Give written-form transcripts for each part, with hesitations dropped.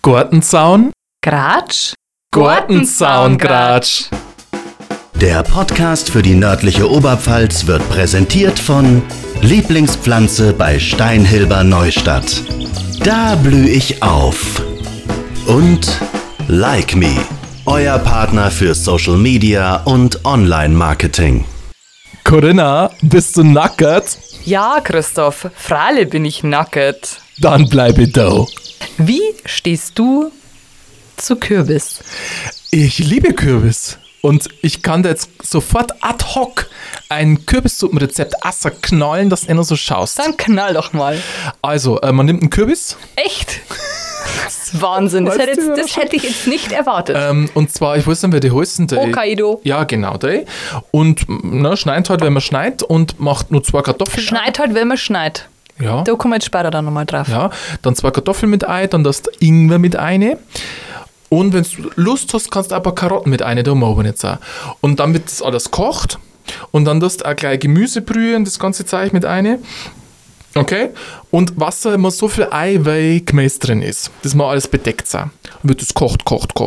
Gartenzaun? Gratsch? Gartenzaun-Gratsch. Der Podcast für die nördliche Oberpfalz wird präsentiert von Lieblingspflanze bei Steinhilber Neustadt. Da blüh ich auf. Und Like Me, euer Partner für Social Media und Online-Marketing. Corinna, bist du nackert? Ja, Christoph, freilich bin ich nackert. Dann bleibe da. Wie stehst du zu Kürbis? Ich liebe Kürbis. Und ich kann dir jetzt sofort ad hoc ein Kürbissuppenrezept Asser knallen, dass du nur so schaust. Dann knall doch mal. Also, man nimmt einen Kürbis. Echt? Das ist Wahnsinn, das hätte ich jetzt nicht erwartet. Und zwar, ich weiß nicht, wer die heißen. Hokkaido. Ja, genau, der. Und schneidet halt, wenn man schneit und macht nur 2 Kartoffeln. Schneit halt, wenn man schneit. Ja. Da kommen wir jetzt später dann nochmal drauf. Ja, dann 2 Kartoffeln mit ein, dann das Ingwer mit eine. Und wenn du Lust hast, kannst du ein paar Karotten mit eine, da machen wir jetzt auch. Und dann wird das alles kocht. Und dann tust du auch gleich Gemüsebrühe und das ganze Zeug mit eine. Okay? Und Wasser immer so viel ein, weil Gemüse drin ist. Das muss alles bedeckt sein. Dann wird das kocht.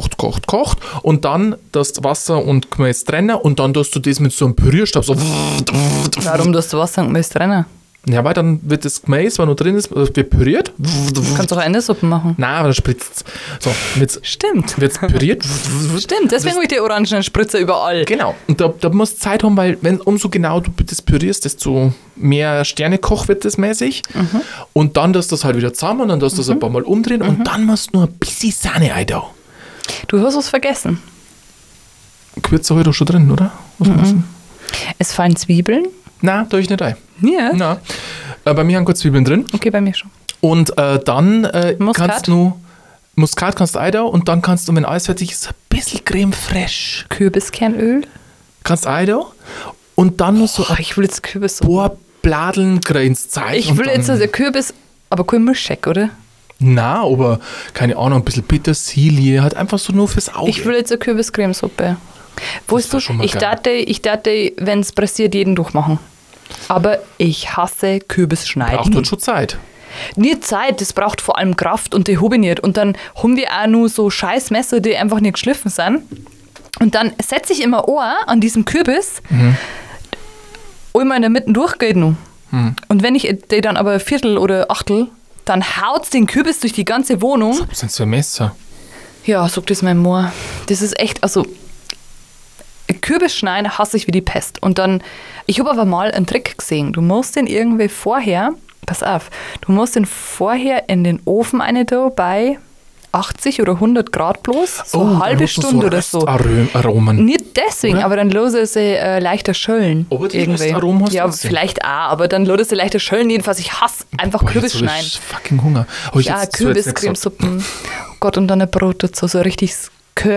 Und dann das Wasser und Gemüse trennen und dann tust du das mit so einem Pürierstab so. Warum tust du Wasser und Gemüse trennen? Ja, weil dann wird das Gemüse, wenn noch drin ist, wird püriert. Du kannst auch eine Suppe machen. Nein, aber dann spritzt es. So, Stimmt. wird es püriert. Stimmt, deswegen habe ich die orangenen Spritzer überall. Genau. Und da musst du Zeit haben, weil umso genau du das pürierst, desto mehr Sternekoch wird das mäßig. Mhm. Und dann tust du das halt wieder zusammen und dann tust du das ein paar Mal umdrehen und dann musst du nur ein bisschen Sahne rein da. Du hast was vergessen. Gewürze habe ich doch schon drin, oder? Es fallen Zwiebeln. Nein, da ich nicht rein. Ja. Nein. Bei mir haben keine Zwiebeln drin. Okay, bei mir schon. Und dann Muskat? kannst du Muskat kannst du rein da und dann kannst du, wenn alles fertig ist, ein bisschen Creme fraiche. Kürbiskernöl. Kannst rein da und dann noch so Ich will jetzt Kürbis. paar Bladeln Grenzzeug. Ich will jetzt also Kürbis, aber kein Mischscheck, oder? Na, aber keine Ahnung, ein bisschen Petersilie, halt einfach so nur fürs Auge. Ich will jetzt eine Kürbiscremesuppe. Weißt du, schon mal ich geil. dachte, wenn es pressiert, jeden durchmachen. Aber ich hasse Kürbisschneiden. Braucht halt schon Zeit. Nicht Zeit, das braucht vor allem Kraft und die habe ich nicht. Und dann haben wir auch nur so scheiß Messer, die einfach nicht geschliffen sind. Und dann setze ich immer Ohr an diesem Kürbis, einmal in der Mitte durchgeht noch. Und wenn ich die dann aber Viertel oder Achtel, dann haut's den Kürbis durch die ganze Wohnung. Was sind das für Messer? Ja, sagt das mein Moor. Das ist echt, also Kürbis schneiden hasse ich wie die Pest. Und dann, ich habe aber mal einen Trick gesehen. Du musst den irgendwie vorher, pass auf, du musst den vorher in den Ofen eine da bei 80 oder 100 Grad bloß, so eine halbe Stunde oder so. Aromen. Nicht deswegen, Oder? aber dann lose sie leichter schöllen. Aber die irgendwie. Röstaromen hast du Ja, gesehen. vielleicht auch, aber dann lose sie leichter schöllen. Jedenfalls, ich hasse einfach Kürbis schneiden. Ich fucking Hunger. Hab ich Ja, jetzt so jetzt nicht gesagt. Kürbiscremesuppen. Oh Gott, und dann ein Brot dazu, so ein richtiges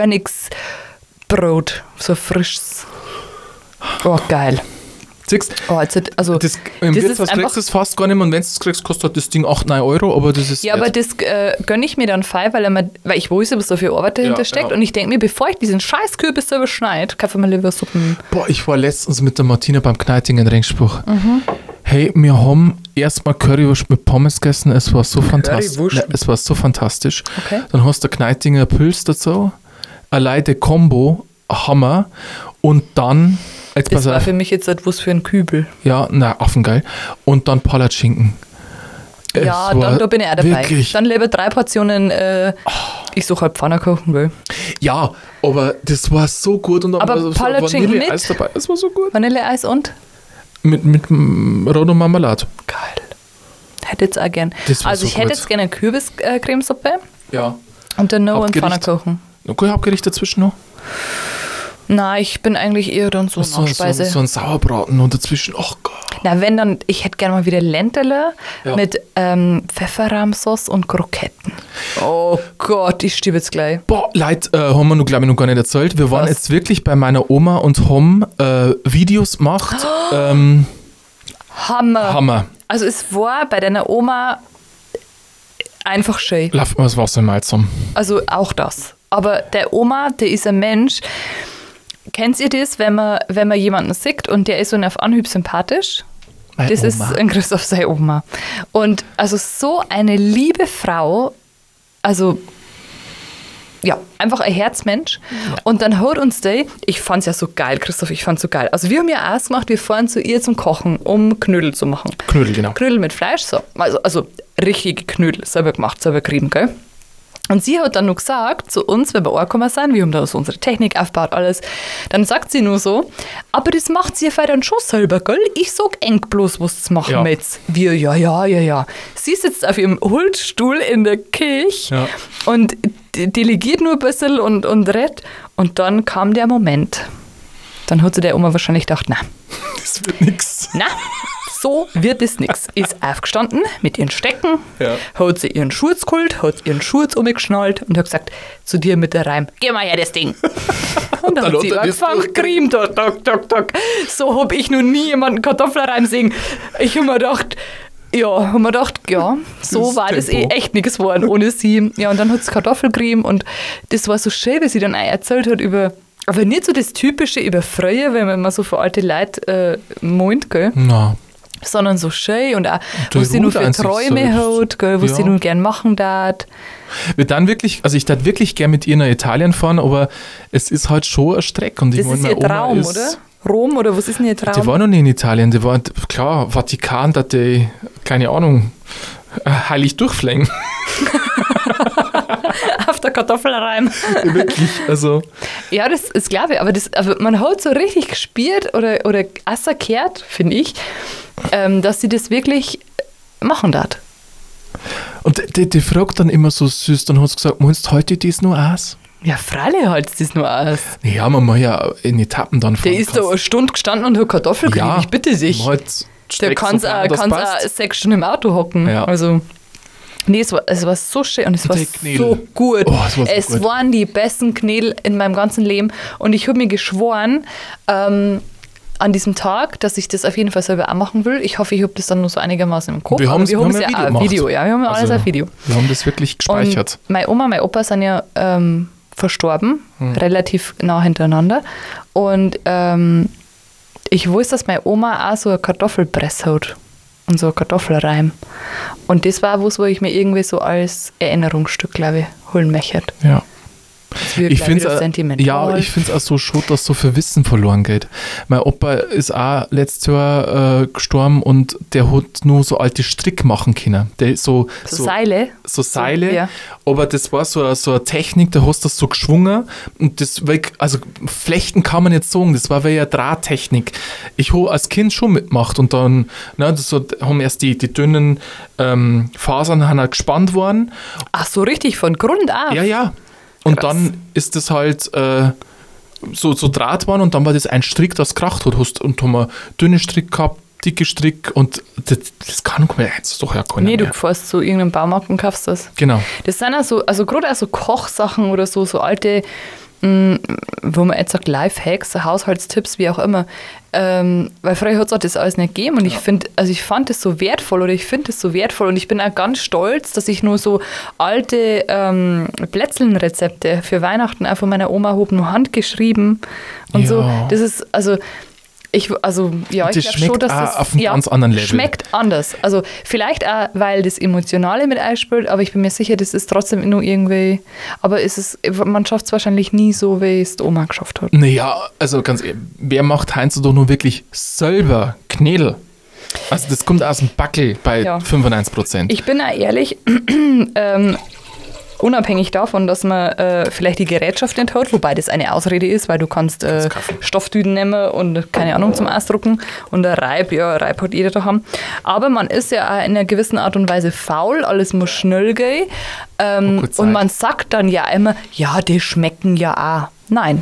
Königsbrot, so frisches. Oh, geil. Siehst Oh, jetzt, also, das, im das Wirtshaus ist einfach, kriegst du es fast gar nicht mehr und wenn du es kriegst, kostet das Ding 8, 9 Euro, aber das ist ja, aber wert. das gönne ich mir dann fein, weil ich weiß, was so viel Arbeit dahinter steckt. ja. Und ich denke mir, bevor ich diesen scheiß Kürbis selber schneide, kaufe ich mir lieber Suppen. Boah, ich war letztens mit der Martina beim Kneiting in Ringspruch. Hey, wir haben erstmal Currywurst mit Pommes gegessen, es war so fantastisch. Currywurst? Es war so fantastisch. Okay. Dann hast du Kneitinger Püls dazu, allein der Combo, Hammer. Und dann, jetzt Das pass war auf, für mich jetzt etwas für einen Kübel. ja, na, affengeil. Und dann Palatschinken. Ja, Es war da bin ich auch dabei. Wirklich, Dann lieber 3 Portionen, ich suche halt Pfannkuchen, will. ja, aber das war so gut. Und dann Aber war so Palatschinken Vanilleeis mit? dabei. Es war so gut. Vanilleeis und? Mit Rot und Marmelade. Geil. Hätte jetzt auch gern. Das war Also so ich hätte gut. jetzt gerne eine Kürbiscremesuppe Ja. und dann noch einen Hauptgericht. Pfannkuchen. Okay, Hauptgericht dazwischen noch. Nein, ich bin eigentlich eher dann so Nachspeise. So ein Sauerbraten und dazwischen, oh Gott. Na, wenn dann, ich hätte gerne mal wieder Lentele Ja. mit Pfefferrahmsauce und Kroketten. Oh Gott, ich stiebe jetzt gleich. Boah, Leute, haben wir noch, glaube ich, noch gar nicht erzählt. Wir waren Was? jetzt wirklich bei meiner Oma und haben Videos gemacht. Hammer. Hammer. Also es war bei deiner Oma einfach schön. Lauf mal das Wasser mal zusammen. Also auch das. Aber der Oma, der ist ein Mensch. Kennt ihr das, wenn man jemanden sieht und der ist so auf Anhieb sympathisch? Meine Das Oma. ist ein Christoph seine Oma. Und also so eine liebe Frau, also ja, einfach ein Herzmensch. Und dann hat uns ich fand's ja so geil, Christoph, ich fand's so geil. Also wir haben ja ausgemacht, wir fahren zu ihr zum Kochen, um Knödel zu machen. Knödel, genau. Knödel mit Fleisch, so. Also richtige Knödel, selber gemacht, selber gerieben, gell? Und sie hat dann noch gesagt zu uns, wenn wir angekommen sind, wir haben da so unsere Technik aufgebaut, alles, dann sagt sie nur so, aber das macht sie ja dann schon selber, gell? Ich sag eng bloß, was zu machen mit. Wir, ja. Sie sitzt auf ihrem Holzstuhl in der Küche und delegiert nur ein bisschen und redet. Und dann kam der Moment. Dann hat sie der Oma wahrscheinlich gedacht, na, das wird nix. Na, so wird es nix. Ist aufgestanden mit ihren Stecken, hat sie ihren Schurz geholt, hat ihren Schurz umgeschnallt und hat gesagt, zu dir mit der Reim, geh mal her das Ding. Und dann hat sie angefangen, Creme, tok. So habe ich noch nie jemanden Kartoffelreim sehen. Ich habe mir gedacht, so war das echt nichts geworden ohne sie. Ja, und dann hat sie Kartoffelcreme und das war so schön, wie sie dann auch erzählt hat über, aber nicht so das Typische über Früher, wenn man immer so für alte Leute meint, gell? Na. Sondern so schön und auch, was sie nur für Träume hat, gell, was sie nur gern machen darf. Ich darf wirklich gern mit ihr nach Italien fahren, aber es ist halt schon ein Streck. Und das ist ihr Traum, oder? Rom oder was ist denn ihr Traum? Die war noch nie in Italien, die war, klar, Vatikan, da die, keine Ahnung, heilig durchfliegen. Auf der Kartoffelreim. Wirklich, also. Ja, das ist glaube ich, aber man hat so richtig gespürt oder außer gehört, finde ich, dass sie das wirklich machen darf. Und die fragt dann immer so süß, dann hat sie gesagt, meinst du heute das noch aus? Ja, freilich hält das nur aus. Ja, man muss ja in Etappen dann fahren. Der ist da eine Stunde gestanden und hat Kartoffeln gekriegt, ich bitte dich. Der kann auch 6 Stunden im Auto hocken. Ja. Also, nee, es war so schön und es war so gut. Oh, es waren die besten Knödel in meinem ganzen Leben und ich habe mir geschworen, an diesem Tag, dass ich das auf jeden Fall selber auch machen will. Ich hoffe, ich habe das dann nur so einigermaßen im Kopf. Wir haben es ja auch Video. Ja, wir haben alles auf Video. Wir haben das wirklich gespeichert. Und meine Oma, mein Opa sind ja verstorben, relativ nah hintereinander. Und ich wusste, dass meine Oma auch so eine Kartoffelpress hat und so ein Kartoffelreim. Und das war was, wo ich mir irgendwie so als Erinnerungsstück, glaube ich, holen möchte. Ja. Ich finde es auch so schade, dass so viel Wissen verloren geht. Mein Opa ist auch letztes Jahr gestorben und der hat nur so alte Strick machen können. Der so Seile? So Seile, ja. Aber das war so eine Technik, da hast du das so geschwungen und also Flechten kann man nicht sagen, das war wie eine Drahttechnik. Ich habe als Kind schon mitgemacht und dann haben erst die dünnen Fasern halt gespannt worden. Ach so, richtig, von Grund auf? Ja. Und dann ist das halt so Draht waren und dann war das ein Strick, das kracht hat. Und haben wir dünne Strick gehabt, dicke Strick und das kann man jetzt doch ja keiner Nee, mehr. du fährst zu irgendeinem Baumarkt und kaufst das. Genau. Das sind also gerade auch so Kochsachen oder so alte, wo man jetzt sagt Lifehacks, Haushaltstipps, wie auch immer. Weil früher hat es auch das alles nicht gegeben und ich fand das so wertvoll oder ich finde das so wertvoll und ich bin auch ganz stolz, dass ich nur so alte Plätzln-Rezepte für Weihnachten auch von meiner Oma habe, nur handgeschrieben und so. Das ist, ich glaube schon, dass das auf einem ganz anderen Level. Schmeckt anders. Also vielleicht auch, weil das Emotionale mit einspielt, aber ich bin mir sicher, das ist trotzdem nur irgendwie, aber man schafft es wahrscheinlich nie so, wie es die Oma geschafft hat. Naja, also ganz ehrlich, wer macht Heinz doch nur wirklich selber Knödel? Also das kommt aus dem Backel bei 95%. Ich bin auch ehrlich, unabhängig davon, dass man vielleicht die Gerätschaft nicht hat, wobei das eine Ausrede ist, weil du kannst Stofftüten nehmen und keine Ahnung zum Ausdrucken und ein Reib hat jeder daheim. Aber man ist ja auch in einer gewissen Art und Weise faul, alles muss schnell gehen und man sagt dann ja immer, ja, die schmecken ja auch. Nein.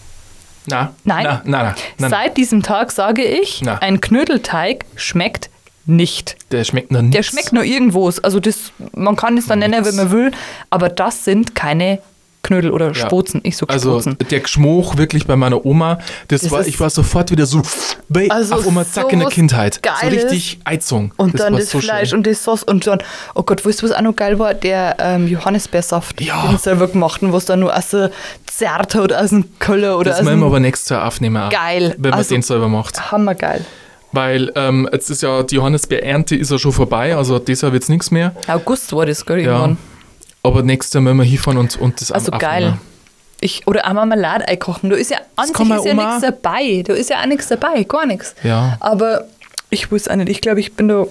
Nein. Seit diesem Tag sage ich, ein Knödelteig schmeckt nicht. Der schmeckt noch nichts. Der schmeckt nur irgendwo. Also man kann es dann nennen, wenn man will, aber das sind keine Knödel oder Spozen. Ich sag Spozen. Also der Geschmack wirklich bei meiner Oma, ich war sofort wieder so auf Oma zack in der Kindheit. Geiles. So richtig Eizung. Und dann das so Fleisch schön. Und das Sauce und dann, oh Gott, weißt du, was auch noch geil war? Der Johannisbeersaft, den selber gemacht, was dann nur so zerrt hat aus dem Köller oder das müssen wir aber nächstes Jahr aufnehmen. Geil. Wenn man den selber macht. Hammergeil. Weil jetzt ist ja die Johannisbeerernte ist ja schon vorbei, also dieses Jahr wird es nichts mehr. August war das, gell, irgendwann. Aber nächstes Jahr müssen wir hinfahren und das Also einfach geil. machen. Oder auch Marmelade einkochen. Da ist ja an sich kann man ist ja Oma- nichts dabei. Da ist ja auch nichts dabei, gar nichts. Ja. Aber ich weiß auch nicht. Ich glaube, ich bin da.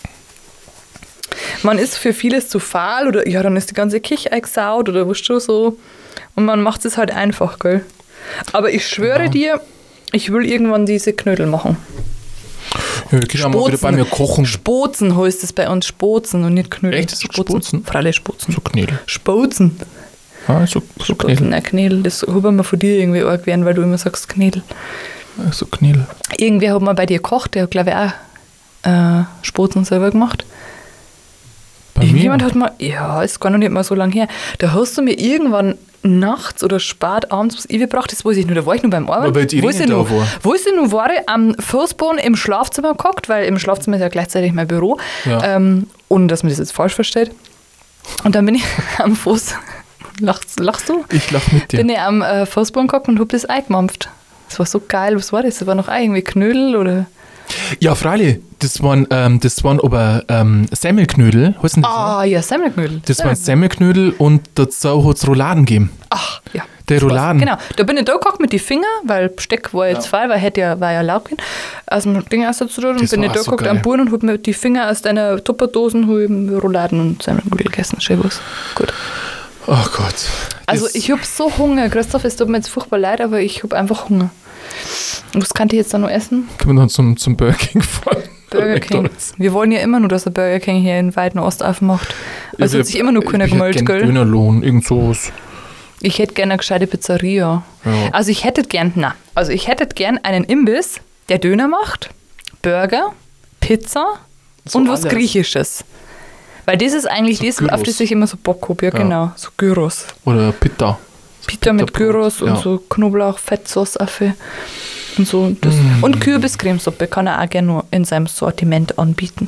Man ist für vieles zu faul oder ja, dann ist die ganze Küche eingesaut oder was schon so. Und man macht es halt einfach, gell? Aber ich schwöre dir, ich will irgendwann diese Knödel machen. Ja, wir können auch mal wieder bei mir kochen. Spozen heißt es bei uns, Spozen und nicht Knödel. Echt? Ist das Spozen? Freilich Spozen. So Knädel. Spozen. Ah, so Knädel. Nein, Knädel, das habe ich mir von dir irgendwie arg werden, weil du immer sagst Knädel. So Knädel. Irgendwer hat mal bei dir gekocht, der hat glaube ich auch Spozen selber gemacht. Bei Irgendjemand mir? hat mal, ja, ist gar noch nicht mal so lange her, da hast du mir irgendwann nachts oder spät abends was gebracht, das weiß ich nur, da war ich nur beim Arbeiten. weil die Irene da war. Wo ich nur war, am Fußboden im Schlafzimmer gehockt, weil im Schlafzimmer ist ja gleichzeitig mein Büro, Ja. ohne dass man das jetzt falsch versteht. Und dann bin ich am Fuß, lachst du? Ich lach mit dir. Bin ich am Fußboden gehockt und hab das eingemampft. Das war so geil, was war das? Das war noch irgendwie Knödel oder... Ja, freilich. Das waren aber Semmelknödel. Was ist denn das? Ah, ja, Semmelknödel. Das waren Semmelknödel und dazu hat es Rouladen gegeben. Ach, ja. Der Rouladen. Genau, da bin ich da gehockt mit den Fingern, weil Besteck war jetzt frei, weil war ja laut gewesen, aus dem Ding rauszudrücken. Und Das bin ich war da auch so gehockt geil. am Boden und hab mir die Finger aus deiner Tupperdosen Rouladen und Semmelknödel gegessen. Schön was. Gut. Oh Gott. Also Das- ich hab so Hunger. Christoph, es tut mir jetzt furchtbar leid, aber ich hab einfach Hunger. Was kann ich jetzt da noch essen? Können wir dann zum Burger King fahren? Burger King. McDonald's. Wir wollen ja immer nur, dass der Burger King hier in Weiten Ost aufmacht. Also Ja, hat sich immer noch keiner ich hätte gemeldet, gern gell? Dönerlohn, irgend sowas. Ich hätte gerne eine gescheite Pizzeria. Ja. Also ich hätte gern einen Imbiss, der Döner macht, Burger, Pizza So und was alles. Griechisches. Weil das ist eigentlich So das, Gyros. auf das ich immer so Bock habe. Ja, genau. So Gyros. Oder Pita. Pita mit Pita-Brot, Gyros und ja. so Knoblauch, Fettsauce affe. Und so. Das. Und Kürbiscremesuppe kann er auch gerne nur in seinem Sortiment anbieten.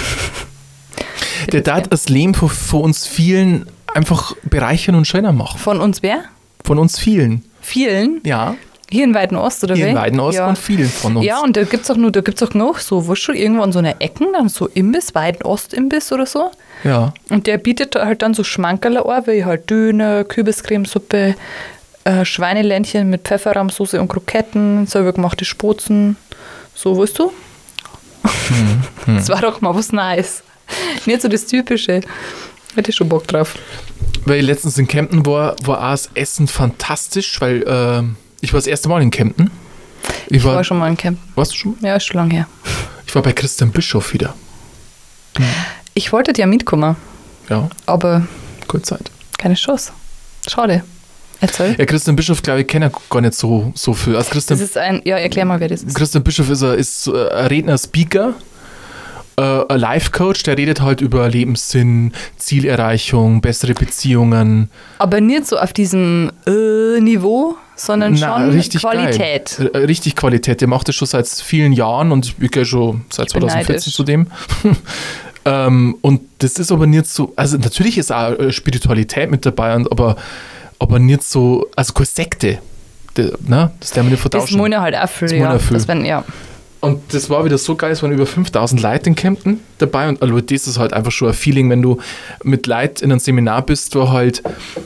Der darf das Leben von uns vielen einfach bereichern und schöner machen. Von uns wer? Von uns vielen. Vielen? Ja. Hier in Weiten Ost, oder Hier in wie? Weidenost Ja. und vielen von uns. Ja, und da gibt's auch noch so, wo schon irgendwo an so einer Ecken, dann so Imbiss, Weiden-Ost-Imbiss oder so. Ja. Und der bietet halt dann so Schmankerl an, wie halt Döner, Kürbiscremesuppe, Schweineländchen mit Pfefferrahmsoße und Kroketten, selber gemachte Spozen. So, weißt du? Das war doch mal was Neues. Nicht so das Typische. Hätte ich schon Bock drauf. Weil ich letztens in Kempten war auch das Essen fantastisch, weil ich war das erste Mal in Kempten. Ich war schon mal in Camp. Warst du schon? Ja, ist schon lange her. Ich war bei Christian Bischof wieder. Ich wollte ja mitkommen, Ja, aber kurze Zeit. keine Chance. Schade. Erzähl. Ja, Christian Bischof, glaube ich, kenne gar nicht so viel. Also Das ist erklär mal, wer das ist. Christian Bischof ist ein Redner, Speaker, ein Life-Coach, der redet halt über Lebenssinn, Zielerreichung, bessere Beziehungen. Aber nicht so auf diesem Niveau, sondern Na, schon richtig Qualität. Geil. Richtig Qualität. Der macht das schon seit vielen Jahren und ich gehe schon seit bin 2014 neidisch. zu dem. Und das ist aber nicht so, also natürlich ist auch Spiritualität mit dabei, aber nicht so, also keine Sekte. Ne? Das darf man nicht Das vertauschen. muss ja halt erfüllen, Das muss ja. erfüllen. Das wenn, ja. Und das war wieder so geil, es waren über 5000 Leute in Kempten dabei und also das ist halt einfach schon ein Feeling, wenn du mit Leuten in einem Seminar bist, wo halt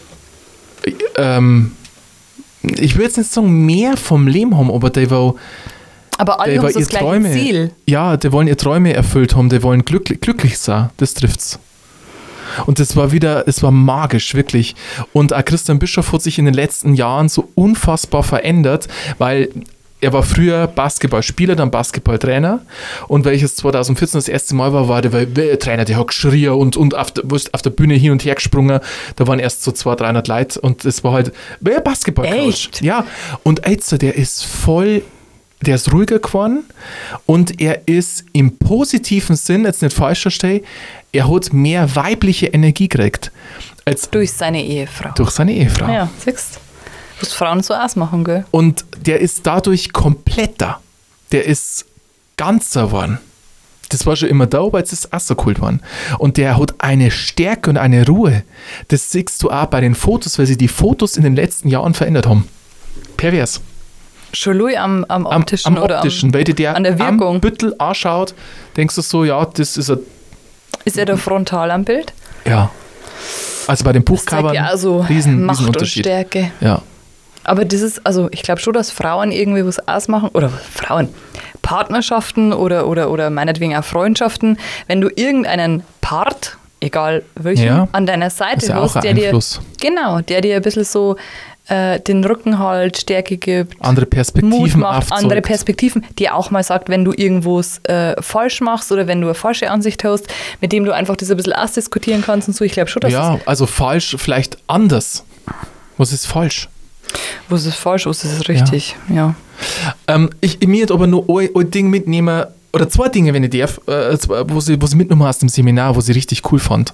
ich würde jetzt nicht sagen mehr vom Leben haben, aber die wollen Aber alle haben so das gleiche Ziel. ja, die wollen ihre Träume erfüllt haben, die wollen glücklich sein, das trifft's. Und es war magisch, wirklich. Und auch Christian Bischof hat sich in den letzten Jahren so unfassbar verändert, weil er war früher Basketballspieler, dann Basketballtrainer. Und weil ich jetzt 2014 das erste Mal war der Trainer, der hat geschrien und auf der Bühne hin und her gesprungen. Da waren erst so 200-300 Leute und es war halt Basketballcoach. Echt? Ja, und jetzt, der ist ruhiger geworden und er ist im positiven Sinn, jetzt nicht falsch verstehe, er hat mehr weibliche Energie gekriegt als Durch seine Ehefrau. durch seine Ehefrau. Ja, siehst du. Was Frauen so ausmachen, gell? Und der ist dadurch kompletter. Der ist ganzer geworden. Das war schon immer da, aber jetzt ist es auch so cool geworden. Und der hat eine Stärke und eine Ruhe. Das siehst du auch bei den Fotos, weil sie die Fotos in den letzten Jahren verändert haben. Pervers. Schon lui am optischen am oder optischen, weil dir an der Wirkung. am Büttel anschaut, denkst du so, ja, das ist ein, ist er da frontal am Bild? ja. Also bei den Das zeigt Buchcovern ja also riesen Macht und Unterschied. Stärke. Ja. Aber das ist, also ich glaube schon, dass Frauen irgendwie was ausmachen, oder Frauen, Partnerschaften oder meinetwegen auch Freundschaften, wenn du irgendeinen Part, egal welchen, Ja, an deiner ist Seite ja auch hast, ein Einfluss. der dir ein bisschen so den Rücken halt, Stärke gibt, Andere Mut Perspektiven macht, aufzeigt. andere Perspektiven, die auch mal sagt, wenn du irgendwas falsch machst oder wenn du eine falsche Ansicht hast, mit dem du einfach das ein bisschen ausdiskutieren kannst und so. Ich glaube schon, dass Ja, also falsch, vielleicht anders. Was ist falsch? was ist falsch, was ist richtig. Ja. Ich mir jetzt aber nur ein Ding mitnehmen, oder zwei Dinge, wenn ich darf, wo sie mitgenommen aus dem Seminar, wo sie richtig cool fand.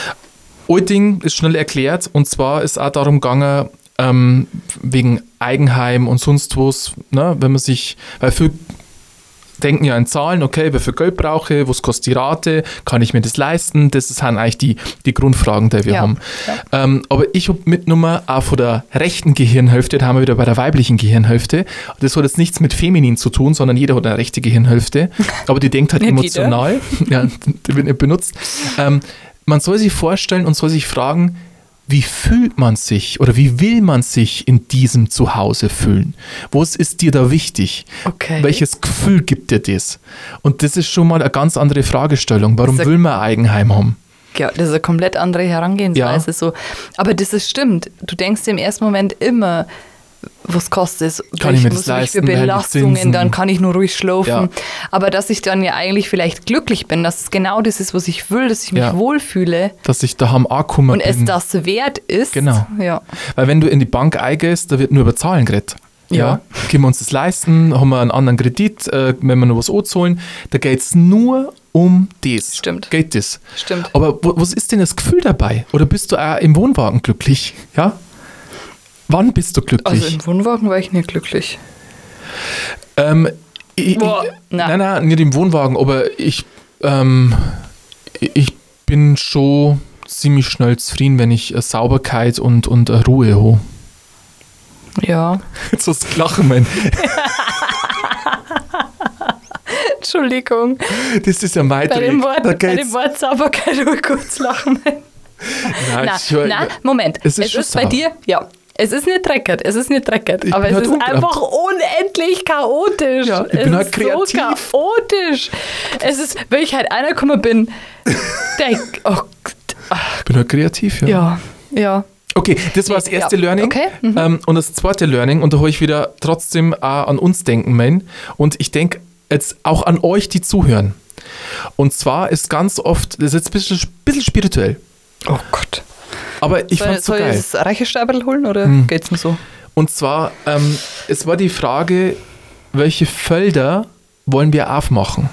Ein Ding ist schnell erklärt, und zwar ist auch darum gegangen, wegen Eigenheim und sonst was, ne, wenn man sich, weil viele denken ja in Zahlen, okay, wie viel Geld brauche ich, was kostet die Rate, kann ich mir das leisten, das sind eigentlich die Grundfragen, die wir Ja, haben. Aber ich habe mitgenommen, auch von der rechten Gehirnhälfte, da haben wir wieder bei der weiblichen Gehirnhälfte, das hat jetzt nichts mit feminin zu tun, sondern jeder hat eine rechte Gehirnhälfte, aber die denkt halt Nicht emotional, ja, die wird nicht benutzt. Man soll sich vorstellen und soll sich fragen, wie fühlt man sich oder wie will man sich in diesem Zuhause fühlen? Was ist dir da wichtig? Okay. Welches Gefühl gibt dir das? Und das ist schon mal eine ganz andere Fragestellung. Warum Das ist will man ein Eigenheim haben? Ja, das ist eine komplett andere Herangehensweise. Ja. So. Aber das ist stimmt. Du denkst dir im ersten Moment immer, was kostet es? Kann ich mir das was habe ich für leisten? Welche Belastungen? Zinsen? Dann kann ich nur ruhig schlafen. Ja. Aber dass ich dann ja eigentlich vielleicht glücklich bin, dass es genau das ist, was ich will, dass ich mich Ja. wohlfühle Dass ich daheim angekommen und es bin. das wert ist. Genau. Ja. Weil wenn du in die Bank eingehst, da wird nur über Zahlen geredet. Ja. Können wir uns das leisten? Haben wir einen anderen Kredit? Wenn wir noch was anzahlen? Da geht es nur um das. Stimmt. Geht das. Stimmt. Aber was ist denn das Gefühl dabei? Oder bist du auch im Wohnwagen glücklich? Ja? Wann bist du glücklich? Also im Wohnwagen war ich nicht glücklich. Boah, nein. nein, nicht im Wohnwagen, aber ich bin schon ziemlich schnell zufrieden, wenn ich Sauberkeit und Ruhe habe. Ja. Jetzt hast du lachen, mein. Entschuldigung. Das ist ja mein Bei dem Trick. Wort Sauberkeit nur kurz lachen. Nein, Moment. Es ist Es schon ist bei sauber. dir, ja. Es ist nicht dreckig, Ich aber bin es halt ist ungerammt. einfach unendlich chaotisch. Ja, ich es bin halt ist kreativ. so chaotisch. Es ist, wenn ich halt einer gekommen bin, der, oh, Ich bin halt kreativ, ja. ja. Okay, das war das erste Ja, Learning. okay, Und das zweite Learning, und da habe ich wieder trotzdem auch an uns denken, mein. Und ich denke jetzt auch an euch, die zuhören. Und zwar ist ganz oft, das ist jetzt ein bisschen spirituell, Oh Gott. aber ich fand es so soll ich geil. das reiche Stabel holen oder geht's mir so? Und zwar, es war die Frage, welche Felder wollen wir aufmachen?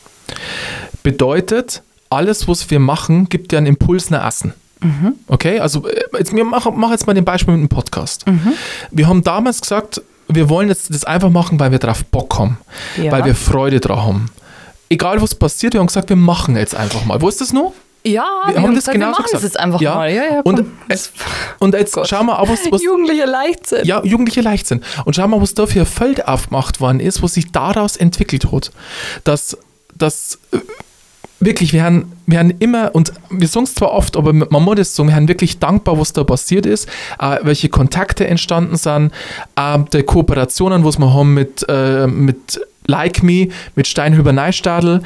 Bedeutet, alles, was wir machen, gibt ja einen Impuls nach außen. Okay, also jetzt, wir machen jetzt mal den Beispiel mit dem Podcast. Wir haben damals gesagt, wir wollen jetzt das einfach machen, weil wir drauf Bock haben, Ja. weil wir Freude drauf haben. Egal, was passiert, wir haben gesagt, wir machen jetzt einfach mal. Wo ist das noch? Ja, Wir wir haben haben das gesagt, genau wir machen so das gesagt. jetzt einfach Ja. mal. Ja, Und, komm. und jetzt Gott. schauen wir auch, was Jugendlicher Leichtsinn. ja, jugendliche Leichtsinn. Und schau mal, was da für ein Feld aufgemacht worden ist, was sich daraus entwickelt hat. Dass wirklich, wir haben immer, und wir sagen es zwar oft, aber man muss das sagen, wir haben wirklich dankbar, was da passiert ist, welche Kontakte entstanden sind, die Kooperationen, was wir haben mit Like Me, mit Steinhöber Neustadl.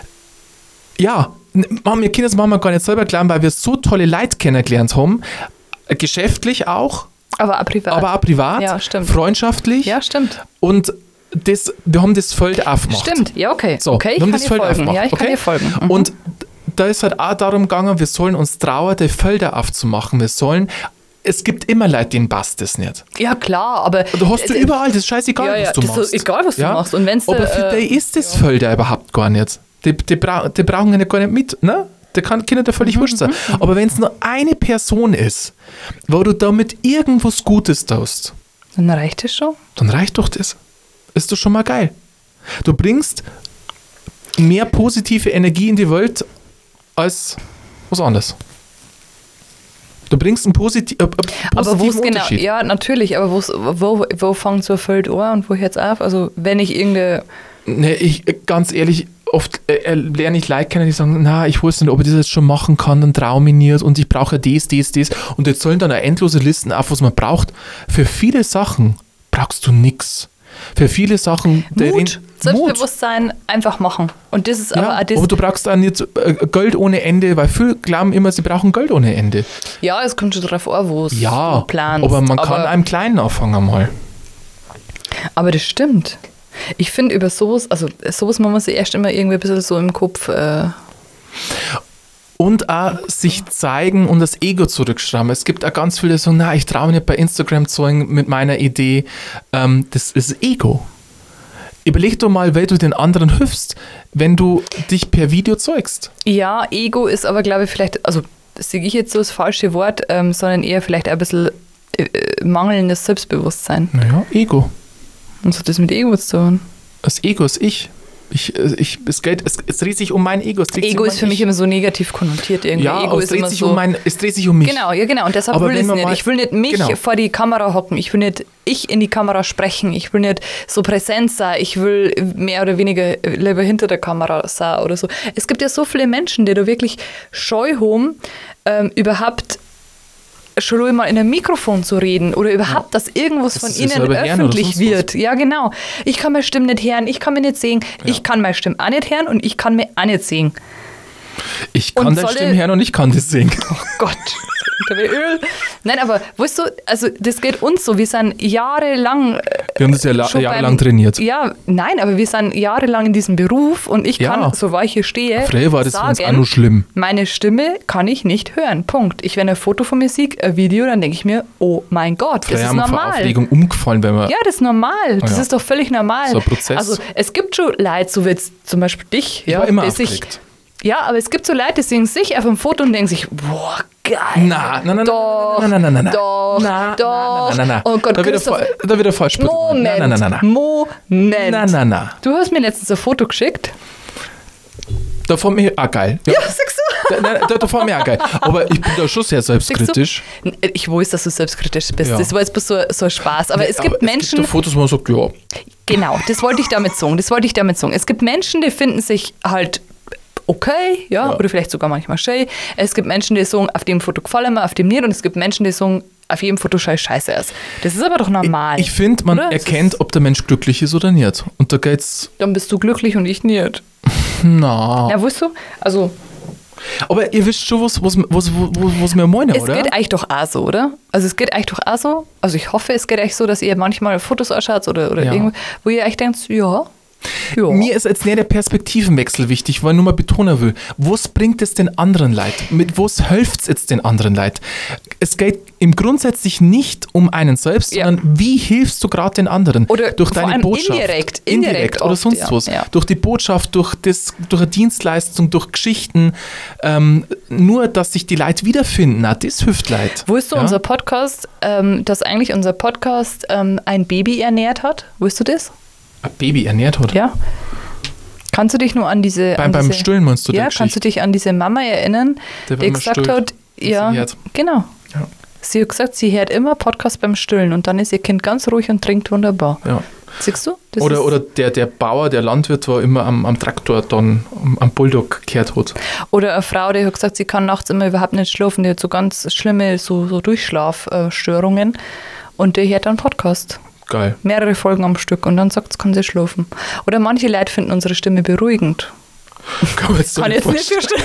Ja, wir können das manchmal gar nicht selber klären, weil wir so tolle Leute kennengelernt haben, geschäftlich auch, Aber auch privat. aber auch privat, Ja, stimmt. freundschaftlich. Ja, stimmt. Und wir haben das Feld aufgemacht. Stimmt, ja, okay. So, okay, wir ich haben kann das dir Feld folgen. aufgemacht. Ja, ich kann okay? dir folgen. Und da ist halt auch darum gegangen, wir sollen uns trauen, die Felder aufzumachen. Es gibt immer Leute, denen passt das nicht. Ja, klar, aber... Da hast du überall, das ist scheißegal, was du das machst. ist egal, was du machst. Und wenn's, aber für die ist das Felder überhaupt gar nicht. Die brauchen ja gar nicht mit, ne? Der kann da völlig wurscht sein. Aber wenn es nur eine Person ist, wo du damit irgendwas Gutes tust, Dann reicht es schon. dann reicht doch das. Ist doch schon mal geil. Du bringst mehr positive Energie in die Welt als was anderes. Du bringst einen positiven Aber wo es genau... Unterschied. Ja, natürlich, aber wo fängt so ein Feld an und wo hört es auf? Also, wenn ich irgendeine... Nee, ganz ehrlich, oft lerne ich Leute kennen, die sagen, na, ich weiß nicht, ob ich das jetzt schon machen kann, dann traue ich nicht und ich brauche ja das. Und jetzt sollen dann eine endlose Listen auf, was man braucht. Für viele Sachen brauchst du nichts. Für viele Sachen... Mut, Selbstbewusstsein, einfach machen. Und das ist aber auch das... Aber du brauchst dann jetzt Geld ohne Ende, weil viele glauben immer, sie brauchen Geld ohne Ende. Ja, es kommt schon drauf an, wo es du planst. Aber man kann einem Kleinen anfangen mal. Aber das stimmt. Ich finde über sowas, also sowas muss man sich erst immer irgendwie ein bisschen so im Kopf... Und auch sich zeigen und das Ego zurückschrauben. Es gibt auch ganz viele so, na, ich traue nicht bei Instagram zeigen mit meiner Idee. Das ist Ego. Überleg doch mal, weil du den anderen hilfst, wenn du dich per Video zeigst. Ja, Ego ist aber, glaube ich, vielleicht, also sehe ich jetzt so das falsche Wort, sondern eher vielleicht ein bisschen mangelndes Selbstbewusstsein. Naja, Ego. Und so das mit Ego zu tun. Das Ego ist ich. Es dreht sich um mein Ego. Ego ist für mich immer so negativ konnotiert irgendwie. Ja, Ego es dreht sich um mich. Genau, ja genau. Und deshalb will ich es nicht. Ich will nicht mich vor die Kamera hocken. Ich will nicht ich in die Kamera sprechen. Ich will nicht so präsent sein. Ich will mehr oder weniger lieber hinter der Kamera sein oder so. Es gibt ja so viele Menschen, die da wirklich Scheu haben, überhaupt schon mal in einem Mikrofon zu reden oder überhaupt, dass irgendwas von ihnen öffentlich wird. Ja, genau. Ich kann meine Stimme nicht hören, ich kann mich nicht sehen, ich kann meine Stimme auch nicht hören und ich kann mich auch nicht sehen. Ich kann deine Stimme hören und ich kann das singen. Oh Gott, da wäre Öl. Nein, aber weißt du, also das geht uns so, wir sind jahrelang... Wir haben das ja jahrelang trainiert. Ja, nein, aber wir sind jahrelang in diesem Beruf und ich kann, so weil ich hier stehe, früher war das sagen, für uns auch nur schlimm. Meine Stimme kann ich nicht hören, Punkt. Wenn ein Foto von mir sehe, ein Video, dann denke ich mir, oh mein Gott, das ist normal. Vor Aufregung umgefallen, wenn man... Ja, das ist normal, das ist doch völlig normal. So ein Prozess. Also es gibt schon Leute, so wie jetzt zum Beispiel dich. Ich war immer aufgeregt. Ja, aber es gibt so Leute, die sehen sich auf dem Foto und denken sich, boah, geil. Nein. Doch. Oh Gott, da wird er falsch. Moment. Nein. Du hast mir letztens ein Foto geschickt. Da fand mir auch geil. Ja, sagst du? Da fand mir auch geil. Aber ich bin da schon sehr selbstkritisch. Ich weiß, dass du selbstkritisch bist. Ja. Das war jetzt bloß so ein Spaß. Aber es gibt Menschen... Es gibt Fotos, wo man sagt, ja. Genau, das wollte ich damit sagen. Es gibt Menschen, die finden sich halt okay, ja, oder vielleicht sogar manchmal schön. Es gibt Menschen, die sagen, auf dem Foto gefallen mir, auf dem nicht. Und es gibt Menschen, die sagen, auf jedem Foto scheiße aus. Das ist aber doch normal. Ich finde, man erkennt, ob der Mensch glücklich ist oder nicht. Und da geht's... Dann bist du glücklich und ich nicht. Na. Ja, weißt du? Also... Aber ihr wisst schon, was wir meinen, oder? Es geht eigentlich doch auch so, oder? Also es geht eigentlich doch auch so. Also ich hoffe, es geht eigentlich so, dass ihr manchmal Fotos anschaut oder irgendwo, wo ihr echt denkt, ja. Mir ist jetzt nicht der Perspektivenwechsel wichtig, weil ich nur mal betonen will, was bringt es den anderen Leid? Mit was hilft es jetzt den anderen Leid? Es geht im grundsätzlich nicht um einen selbst, sondern wie hilfst du gerade den anderen? Oder durch deine Botschaft. Indirekt oder oft, sonst was. Ja. Durch die Botschaft, durch eine Dienstleistung, durch Geschichten. Nur, dass sich die Leute wiederfinden, das hilft Leid. Wusstest du unser Podcast, dass eigentlich unser Podcast ein Baby ernährt hat? Wusstest du das? Ein Baby ernährt hat? Ja. Kannst du dich nur an diese... Beim Stillen meinst du die Geschichte? Kannst du dich an diese Mama erinnern, die gesagt hat, genau. Ja. Sie hat gesagt, sie hört immer Podcast beim Stillen und dann ist ihr Kind ganz ruhig und trinkt wunderbar. Ja. Siehst du? Oder der Bauer, der Landwirt, war immer am Traktor dann am Bulldog gehört hat. Oder eine Frau, die hat gesagt, sie kann nachts immer überhaupt nicht schlafen, die hat so ganz schlimme so Durchschlafstörungen und die hört dann Podcast. Geil. Mehrere Folgen am Stück und dann sagt sie, kann sie schlafen. Oder manche Leute finden unsere Stimme beruhigend. Kann jetzt nicht verstehen.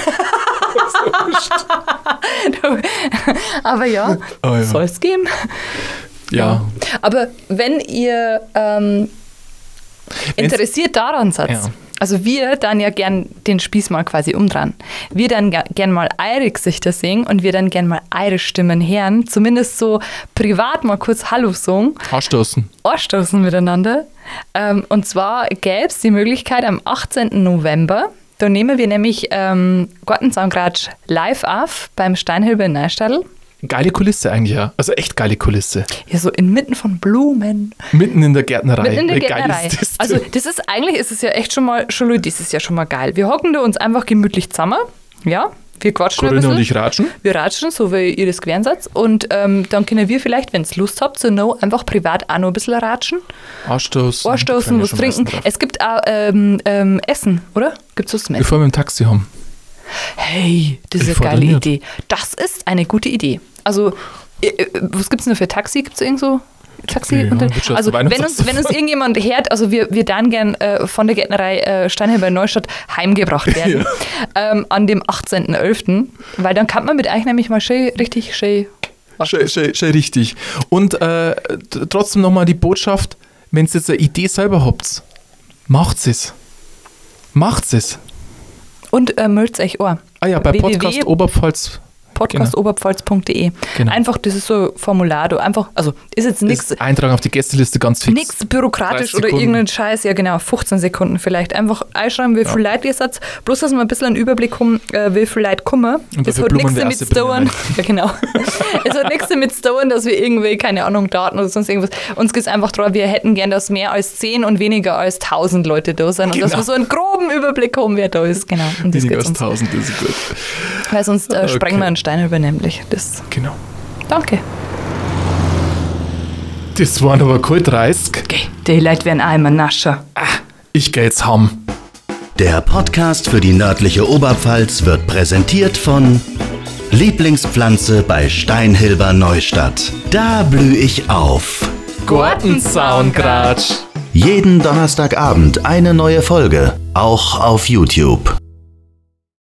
Aber ja, soll es geben. Ja. Aber wenn ihr interessiert daran seid, also wir dann ja gern den Spieß mal quasi umdrehen. Wir dann gern mal eure Gesichter sehen und wir dann gern mal eure Stimmen hören. Zumindest so privat mal kurz Hallo sagen. Anstoßen miteinander. Und zwar gäbe es die Möglichkeit am 18. November, da nehmen wir nämlich Gartenzaungratsch live auf beim Steinhilber in Neustadl. Geile Kulisse eigentlich, ja. Also echt geile Kulisse. Ja, so inmitten von Blumen. Mitten in der Gärtnerei. Mitten in der Gärtnerei. Also das ist ja echt schon mal, dieses Jahr schon mal geil. Wir hocken da uns einfach gemütlich zusammen, ja. Wir quatschen ein Corinna bisschen. und ich ratschen. Wir ratschen, so wie ihr das gewähren seid. Und dann können wir vielleicht, wenn ihr Lust habt, einfach privat auch noch ein bisschen ratschen. Anstoßen. Anstoßen, was trinken. Es gibt auch Essen, oder? Gibt es was zum Essen? Bevor wir im Taxi haben. Hey, das ist eine Bevor geile trainiert. Idee. Das ist eine gute Idee. Also, was gibt es denn für Taxi? Gibt es irgend so Taxi? Ja, wird schon Also, zu wenn uns Weihnachtszeit. irgendjemand hört, also wir dann gern von der Gärtnerei Steinhilber Neustadt heimgebracht werden. An dem 18.11., weil dann kann man mit euch nämlich mal richtig schön Schön richtig. Und trotzdem nochmal die Botschaft, wenn ihr jetzt eine Idee selber habt, macht's es. Macht's es. und meldet euch an. Ah ja, bei www. Podcast Oberpfalz. podcastoberpfalz.de. Genau. Einfach, das ist so ein Formular, du einfach, also ist jetzt nichts Eintragen auf die Gästeliste ganz fix. Nichts bürokratisch 30 oder Sekunden. irgendein Scheiß, ja genau, 15 Sekunden vielleicht. Einfach einschreiben, wie viel Leute ihr seid. Bloß, dass wir ein bisschen einen Überblick haben, wie viel Leute kommen. Und Es wie viel hat Blumen nichts wir damit erst zu tun. bringen. Ja, genau. Es hat nichts damit zu tun, dass wir irgendwie, keine Ahnung, Daten oder sonst irgendwas. Uns geht es einfach darum, wir hätten gern, dass mehr als 10 und weniger als 1000 Leute da sind. Und dass Genau. wir so einen groben Überblick haben, wer da ist. Genau. Und das Weniger geht's als uns. 1000, das ist gut. Weil sonst Okay. sprengen wir einen Stein über nämlich. Das. Genau. Danke. Das waren aber kalt 30. Okay. Die Leute werden auch immer nascher. Ich geh jetzt heim. Der Podcast für die nördliche Oberpfalz wird präsentiert von Lieblingspflanze bei Steinhilber Neustadt. Da blühe ich auf. Gartenzaungratsch. Jeden Donnerstagabend eine neue Folge, auch auf YouTube.